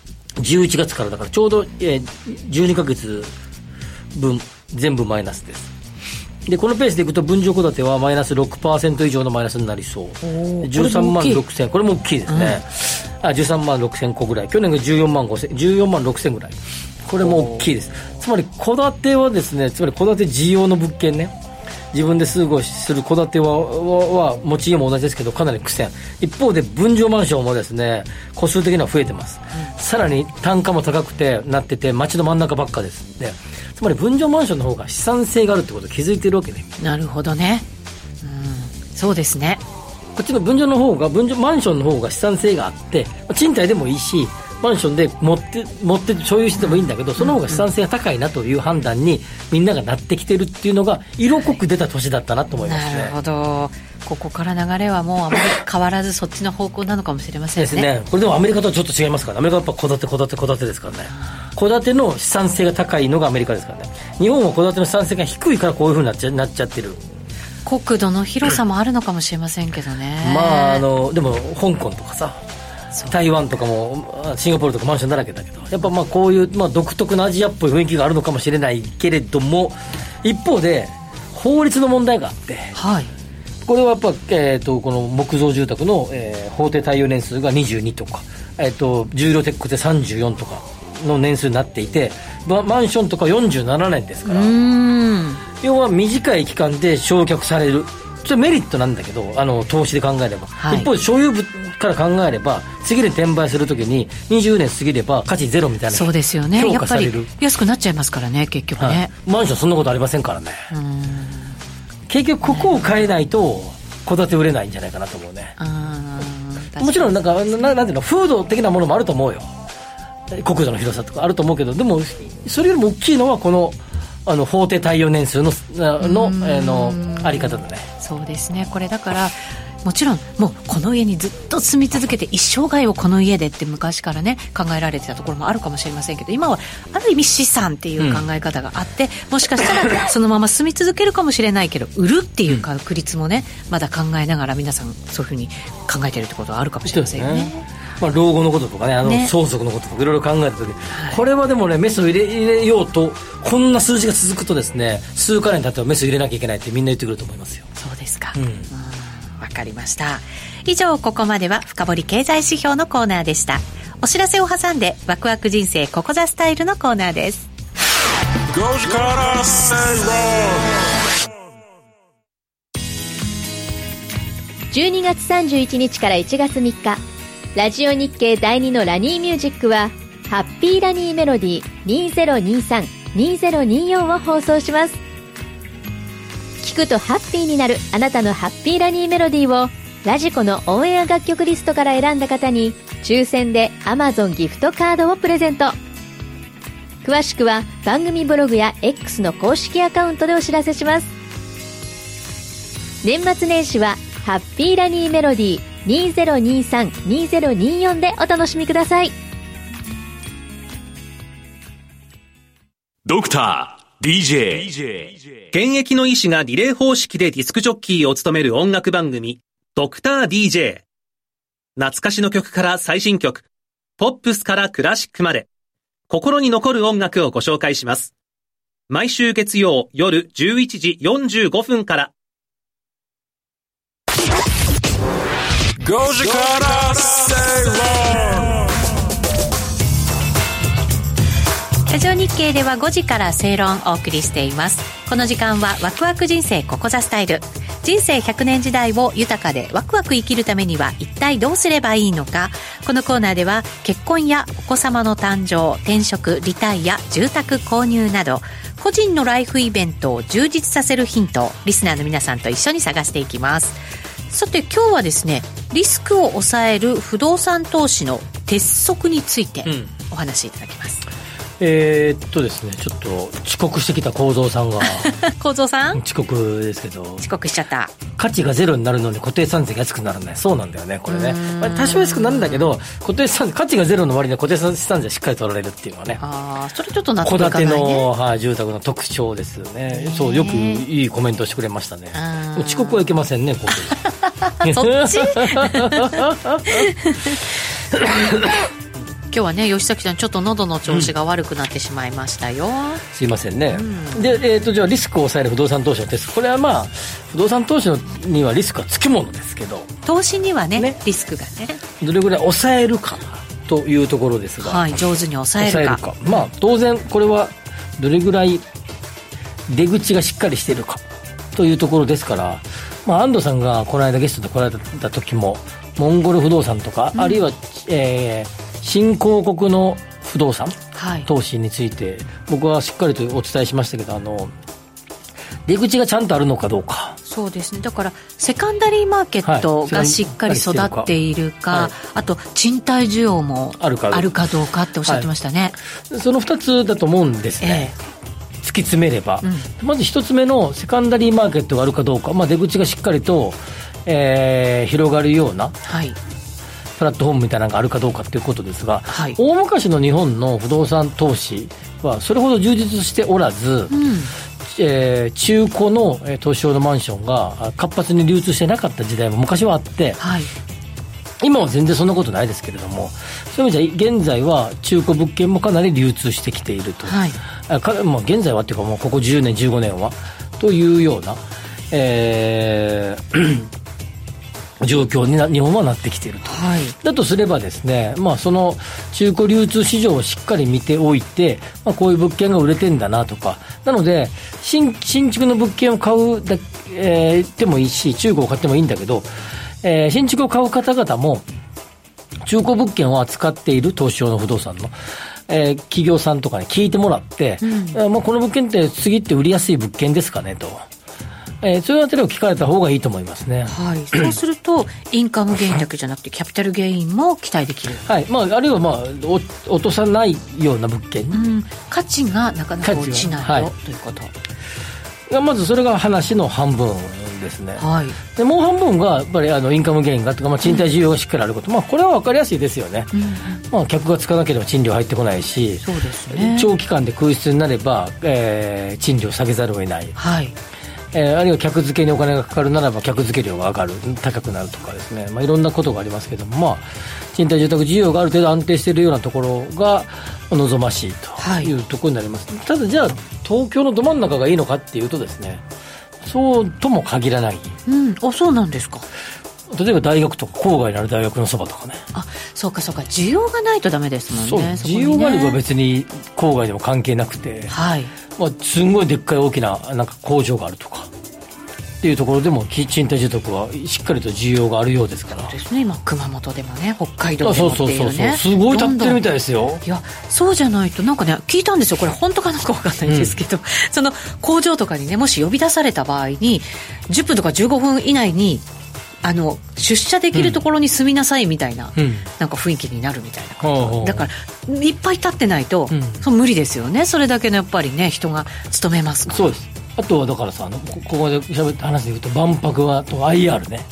S2: 11月からだからちょうど12ヶ月分全部マイナスです。でこのペースでいくと分譲戸建てはマイナス 6% 以上のマイナスになりそう。13万6千、これも大きいですね。13万6千個ぐらい。去年が14万6千ぐらい。これも大きいです。つまり戸建てはですね、つまり戸建て需要の物件ね、自分で数号する戸建ては持ち家も同じですけどかなり苦戦。一方で分譲マンションもですね、戸数的には増えてます。さらに単価も高くてなってて、街の真ん中ばっかですね。つまり分譲マンションの方が資産性があるってことを気づいてるわけね。
S3: なるほどね。そうですね。
S2: こっちの分譲マンションの方が資産性があって、賃貸でもいいしマンションで持って所有してもいいんだけど、その方が資産性が高いなという判断にみんながなってきてるっていうのが色濃く出た年だったなと思いますね。
S3: なるほど。ここから流れはもうあまり変わらずそっちの方向なのかもしれませんね。
S2: ですね。これでもアメリカとはちょっと違いますからね。アメリカはやっぱ戸建てですからね。戸建ての資産性が高いのがアメリカですからね。日本は戸建ての資産性が低いからこういう風になっちゃってる。
S3: 国土の広さもあるのかもしれませんけどね。
S2: でも香港とかさ、台湾とかもシンガポールとかマンションだらけだけど、やっぱこういう独特なアジアっぽい雰囲気があるのかもしれないけれども、一方で法律の問題があって、これはやっぱ、この木造住宅の、法定耐用年数が22とか、重量鉄骨で34とかの年数になっていて、マンションとか47年ですから、要は短い期間で焼却されるそれメリットなんだけど、投資で考えれば、はい、一方で所有物から考えれば次で転売するときに20年過ぎれば価値ゼロみたいな
S3: そうですよね、評価される。やっぱり安くなっちゃいますからね結局ね、はい、
S2: マンションそんなことありませんからね。結局ここを変えないと戸建て売れないんじゃないかなと思うね。もちろんなんていうの風土的なものもあると思うよ。国土の広さとかあると思うけど、でもそれよりも大きいのはこの法定耐用年数のあり方だね。
S3: そうですね。これだからもちろんもうこの家にずっと住み続けて一生涯をこの家でって昔からね考えられてたところもあるかもしれませんけど、今はある意味資産っていう考え方があって、もしかしたらそのまま住み続けるかもしれないけど売るっていう確率もねまだ考えながら皆さんそういうふうに考えてるってことはあるかもしれませんよね。
S2: 老後のこととかね、相続のこととかいろいろ考えた時に、はい、これはでもねメスを入れようとこんな数字が続くとですね数回に経ってはメス入れなきゃいけないってみんな言ってくると思いますよ。
S3: そうですか、わかりました。以上ここまでは深掘り経済指標のコーナーでした。お知らせを挟んでワクワク人生ここザスタイルのコーナーです。
S4: 12月31日から1月3日ラジオ日経第2のラニーミュージックはハッピーラニーメロディー2023-2024を放送します。聞くとハッピーになるあなたのハッピーラニーメロディーをラジコのオンエア楽曲リストから選んだ方に抽選で Amazon ギフトカードをプレゼント。詳しくは番組ブログや X の公式アカウントでお知らせします。年末年始はハッピーラニーメロディー2023-2024でお楽しみください。
S1: ドクター DJ
S7: 現役の医師がリレー方式でディスクジョッキーを務める音楽番組ドクター DJ。 懐かしの曲から最新曲、ポップスからクラシックまで心に残る音楽をご紹介します。毎週月曜夜11時45分から。
S1: 5時からセイロン。
S3: ラジオ日経では5時から正論をお送りしています。この時間はワクワク人生ここザスタイル。人生100年時代を豊かでワクワク生きるためには一体どうすればいいのか。このコーナーでは結婚やお子様の誕生、転職、リタイア、住宅購入など個人のライフイベントを充実させるヒントをリスナーの皆さんと一緒に探していきます。さて今日はですね、リスクを抑える不動産投資の鉄則についてお話しいただきます。
S2: ですね、ちょっと遅刻してきた幸三さんが
S3: 幸三さん
S2: 遅刻ですけど、
S3: 遅刻しちゃった。
S2: 価値がゼロになるのに固定資産税が安くならない。そうなんだよねこれね、多少安くなるんだけど固定資産価値がゼロの割には固定資産税しっかり取られるっていうのはね、
S3: それちょっと納得いかないね。
S2: 戸建ての、住宅の特徴ですよね。そうよくいいコメントしてくれましたね。遅刻はいけませんねここ
S3: そっち今日はね吉崎さんちょっと喉の調子が悪くなってしまいましたよ、
S2: すいませんね、で、じゃあリスクを抑える不動産投資のテスト、これはまあ不動産投資にはリスクはつきものですけど、
S3: 投資には ねリスクがね
S2: どれぐらい抑えるかというところですが、
S3: 上手に抑えるか、
S2: まあ当然これはどれぐらい出口がしっかりしているかというところですから、安藤さんがこの間ゲストで来られた時もモンゴル不動産とか、あるいは、新興国の不動産、投資について僕はしっかりとお伝えしましたけど、出口がちゃんとあるのかどうか。
S3: そうですね、だからセカンダリーマーケットがしっかり育っているか、あと賃貸需要もあるかどうかっておっしゃってましたね、
S2: その2つだと思うんですね、突き詰めれば、まず1つ目のセカンダリーマーケットがあるかどうか、出口がしっかりと、広がるような、プラットフォームみたいなのがあるかどうかということですが、大昔の日本の不動産投資はそれほど充実しておらず、中古の投資用のマンションが活発に流通してなかった時代も昔はあって、今は全然そんなことないですけれども、そういう意味じゃ現在は中古物件もかなり流通してきていると、現在はっていうかもうここ10年15年はというような、 状況に日本はなってきていると、はい、だとすればですね、その中古流通市場をしっかり見ておいて、こういう物件が売れてんだなとか、なので新築の物件を買うでもいいし、中古を買ってもいいんだけど、新築を買う方々も中古物件を扱っている投資用の不動産の、企業さんとかに聞いてもらって、この物件って次って売りやすい物件ですかねと、そういうあたりを聞かれた方がいいと思いますね。
S3: はい、そうするとインカムゲインだけじゃなくてキャピタルゲインも期待できる。
S2: はい、あるいは落とさないような物件、
S3: 価値がなかなか落ちないよ、ということ
S2: が、まずそれが話の半分ですね。はい、でもう半分がやっぱりインカムゲインがとか、賃貸需要がしっかりあること、これは分かりやすいですよね。客がつかなければ賃料入ってこないし、
S3: そうですね、
S2: 長期間で空室になれば、賃料下げざるを得ない。はい、あるいは客付けにお金がかかるならば客付け料が上がる、高くなるとかですね、いろんなことがありますけども、賃貸住宅需要がある程度安定しているようなところが望ましいというところになります。ただじゃあ東京のど真ん中がいいのかっていうとですね、そうとも限らない。
S3: そうなんですか。
S2: 例えば大学とか郊外にある大学のそばとかね。
S3: そうか需要がないとダメですもんね。
S2: 需要があれば別に郊外でも関係なくて、はい、すんごいでっかい大きな工場があるとかっていうところでも賃貸住宅はしっかりと需要があるようですから。
S3: そうですね、今熊本でもね、北海道でもっていうね、
S2: すごい建ってるみたいですよ。
S3: いや、そうじゃないと聞いたんですよ、これ本当かなんか分かんないんですけど、その工場とかにね、もし呼び出された場合に10分とか15分以内に出社できるところに住みなさいみたいな、なんか雰囲気になるみたいなこと、だからいっぱい立ってないと、無理ですよね。それだけのやっぱりね、人が勤めますから。
S2: そうです。あとはだからさ、ここで喋った話で言うと万博はと IR ね、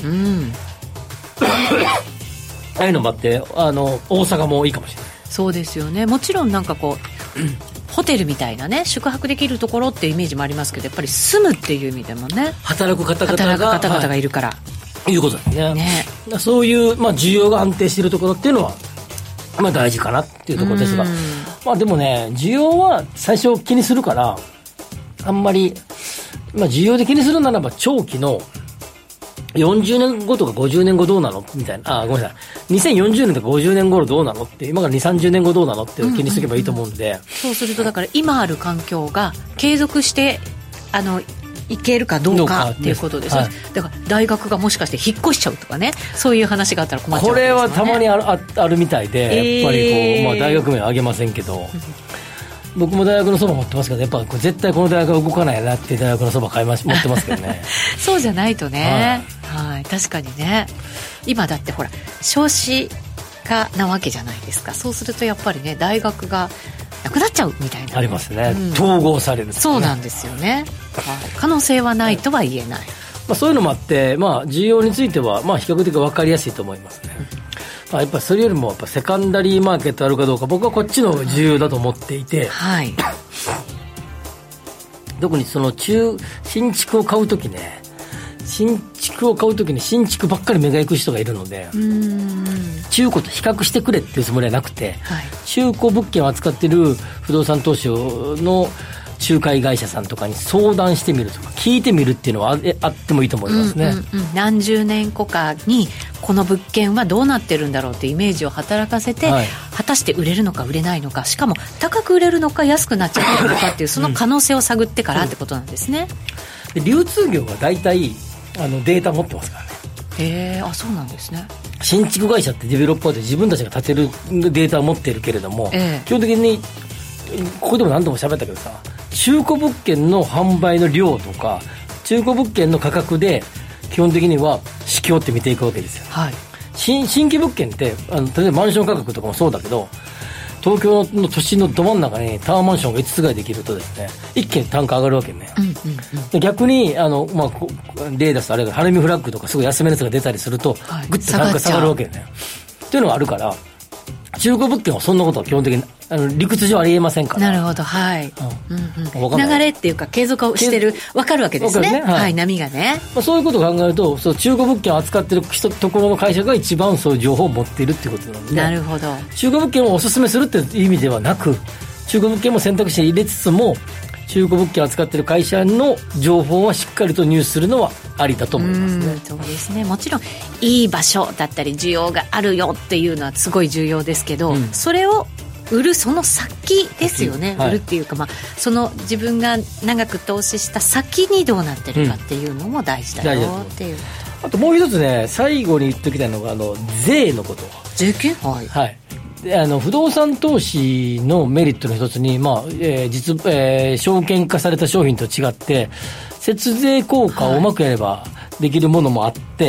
S2: ああいうのもあって大阪もいいかもしれない。
S3: そうですよね。もちろんホテルみたいなね、宿泊できるところってイメージもありますけど、やっぱり住むっていう意味でもね、
S2: 働く方々
S3: がいるから、
S2: いうことですね。そういう、需要が安定しているところっていうのは、大事かなっていうところですが、でもね、需要は最初気にするから、あんまり、需要で気にするならば長期の40年後とか50年後どうなのみたいな、ごめんなさい、2040年とか50年後どうなのって、今から2、30年後どうなのって気にしとけばいいと思うんで、
S3: そうするとだから今ある環境が継続していけるかどうかっていうことです、はい、だから大学がもしかして引っ越しちゃうとかね、そういう話があったら困っちゃうわけですよね。
S2: これはたまにあるみたいで、やっぱり大学名は挙げませんけど、僕も大学のそば持ってますけど、やっぱ絶対この大学は動かないなっていう大学のそば持ってますけどね
S3: そうじゃないとね、はい、確かにね。今だってほら少子化なわけじゃないですか。そうするとやっぱりね、大学がなくなっちゃうみたいな
S2: ありますね、統合される、
S3: そうなんですよね、可能性はないとは言えない、
S2: そういうのもあって、需要については比較的分かりやすいと思いますね、やっぱりそれよりもやっぱセカンダリーマーケットあるかどうか、僕はこっちの重要だと思っていて、はい、特にその新築を買うときね、新築ばっかり目が行く人がいるので、中古と比較してくれっていうつもりはなくて、はい、中古物件を扱っている不動産投資の仲介会社さんとかに相談してみるとか聞いてみるっていうのはあってもいいと思いますね、
S3: 何十年後かにこの物件はどうなってるんだろうってイメージを働かせて、果たして売れるのか売れないのか、しかも高く売れるのか安くなっちゃってるのかっていうその可能性を探ってからってことなんですね、
S2: で流通業は大体データ持ってますからね。
S3: そうなんですね。
S2: 新築会社ってデベロッパーで自分たちが建てるデータを持っているけれども、基本的にここでも何度も喋ったけどさ、中古物件の販売の量とか中古物件の価格で基本的には指標って見ていくわけですよ、はい、新規物件って例えばマンション価格とかもそうだけど、東京の都心のど真ん中にタワーマンションが5つぐらいできるとですね、一気に単価上がるわけね、で逆に例出すとあれが晴海フラッグとかすごい安めのやつが出たりすると、グッと単価下がるわけねっていうのがあるから、中古物件はそんなことは基本的に理屈上ありえませんから。
S3: なるほど、はい、流れっていうか継続をしてる、分かるわけですね、はい、波がね、
S2: そういうことを考えると、中古物件を扱ってるところの会社が一番そういう情報を持っているっていうことなので、
S3: なるほど、
S2: 中古物件をおすすめするっていう意味ではなく、中古物件も選択肢に入れつつも中古物件を扱っている会社の情報はしっかりと入手するのはありだと思いますね。
S3: そうですね。もちろんいい場所だったり需要があるよっていうのはすごい重要ですけど、それを売るその先ですよね、売るっていうか、その自分が長く投資した先にどうなってるかっていうのも大事だよっていう、
S2: あともう一つね、最後に言っておきたいのが税のこと。
S3: 税金、はい、
S2: はい、で不動産投資のメリットの一つに、証券化された商品と違って節税効果をうまくやればできるものもあって、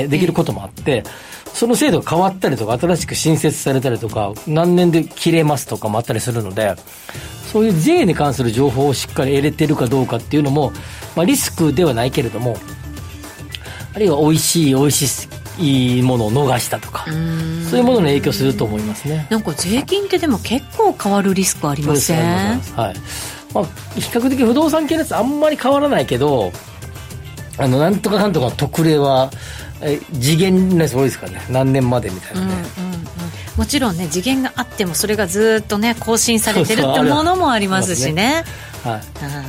S2: できることもあって、その制度が変わったりとか新しく新設されたりとか何年で切れますとかもあったりするので、そういう税に関する情報をしっかり得れてるかどうかっていうのも、リスクではないけれども、あるいは美味しいものを逃したとか、そういうものに影響すると思いますね。
S3: なんか税金ってでも結構変わるリスクありません？
S2: はい、比較的不動産系のやつあんまり変わらないけど、なんとかかんとかの特例は次元のやつ多いですからね、何年までみたいなね、
S3: もちろんね、次元があってもそれがずっとね更新されてるってものもありますしね。
S2: はい、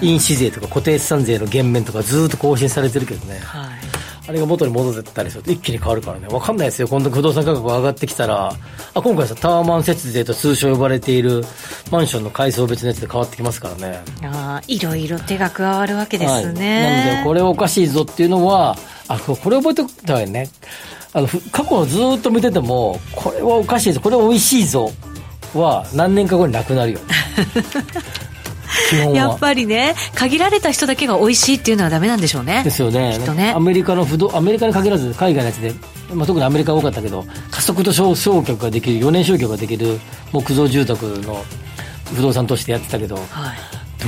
S2: 印紙税とか固定資産税の減免とかずっと更新されてるけどね、はい、あれが元に戻ったりすると一気に変わるからね、分かんないですよ。今度不動産価格が上がってきたら、今回さタワマン節税と通称呼ばれているマンションの階層別のやつで変わってきますからね。
S3: いろいろ手が加わるわけですね、
S2: はい、なのでこれおかしいぞっていうのは、これ覚えておいた方がいいね。過去をずっと見ててもこれはおかしいぞ、これは美味しいぞは何年か後になくなるよ基本は
S3: やっぱりね、限られた人だけが美味しいっていうのはダメなんでしょうね。
S2: ですよね。
S3: きっとね、
S2: アメリカに限らず海外のやつで、特にアメリカが多かったけど、加速度償却ができる4年償却ができる木造住宅の不動産としてやってたけど、はい、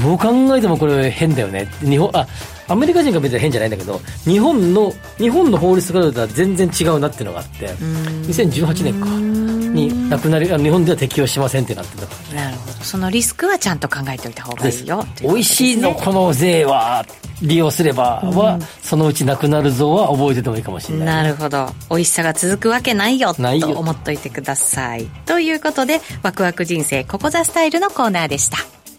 S2: どう考えてもこれ変だよね。アメリカ人が別に変じゃないんだけど、日本の法律からだと全然違うなっていうのがあって、2018年かになくなり、日本では適用しませんってなってた。
S3: なるほど。そのリスクはちゃんと考えておいた方がいいよ。
S2: 美味しいのこの税は利用すればは、そのうちなくなるぞは覚えててもいいかもしれない。
S3: なるほど。美味しさが続くわけないよと思っといてください。ということで、ワクワク人生ココザスタイルのコーナーでした。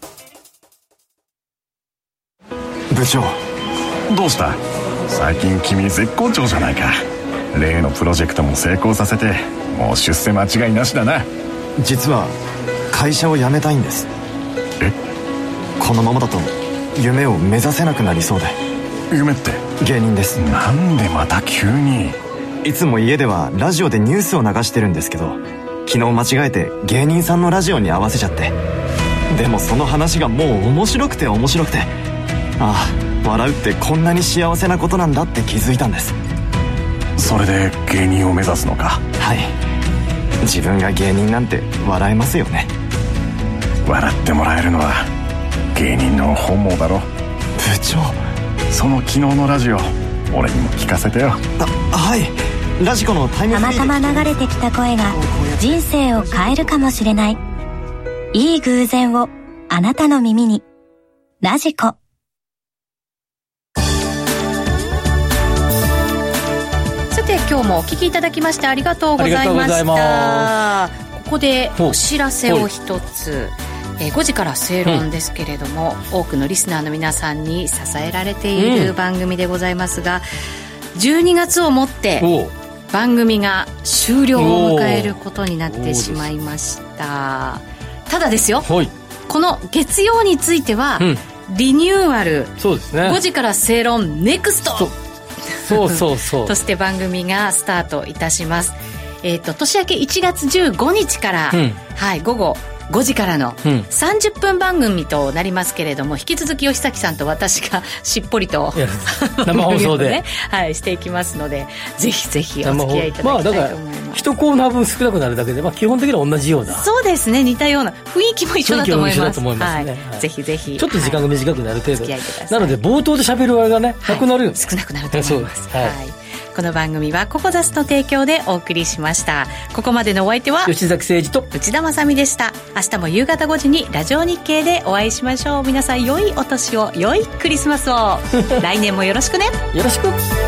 S8: 部長、どうした？最近君絶好調じゃないか。例のプロジェクトも成功させて、もう出世間違いなしだな。
S9: 実は会社を辞めたいんです。このままだと夢を目指せなくなりそうで。
S8: 夢って？
S9: 芸人です。
S8: なんでまた急に？
S9: いつも家ではラジオでニュースを流してるんですけど、昨日間違えて芸人さんのラジオに合わせちゃって。でもその話がもう面白くて、笑うってこんなに幸せなことなんだって気づいたんです。
S8: それで芸人を目指すのか？
S9: はい。自分が芸人なんて笑えますよね。
S8: 笑ってもらえるのは芸人の本望だろ。
S9: 部長、
S8: その昨日のラジオ俺にも聞かせてよ。
S9: はい。ラジコのタイムフリーで
S10: たまたま流れてきた声が人生を変えるかもしれない。いい偶然をあなたの耳に。ラジコ。
S3: さて、今日もお聞きいただきましてありがとうございました。ここでお知らせを一つ。5時から正論ですけれども、多くのリスナーの皆さんに支えられている番組でございますが、12月をもって番組が終了を迎えることになってしまいました。ただですよ、この月曜については、リニューアル、
S2: そうですね、
S3: 5時から正論ネクスト
S2: そう
S3: として番組がスタートいたします。年明け1月15日から、午後5時からの30分番組となりますけれども、引き続き吉崎さんと私がしっぽりと
S2: 生放送で、
S3: ね、していきますので、ぜひぜひお付き合いいただきたいと思います。
S2: 一コーナー分少なくなるだけで、基本的には同じような。
S3: そうですね、似たような雰囲気も一緒だと思います。ぜひぜひ
S2: ちょっと時間が短くなる程度、なので冒頭で喋る間がね、なくなるよ、
S3: 少なくなると思います。この番組はココザスの提供でお送りしました。ここまでのお相手は
S2: 吉崎誠二と
S3: 内田まさみでした。明日も夕方5時にラジオ日経でお会いしましょう。皆さん良いお年を、良いクリスマスを来年もよろしくね。
S2: よろしく。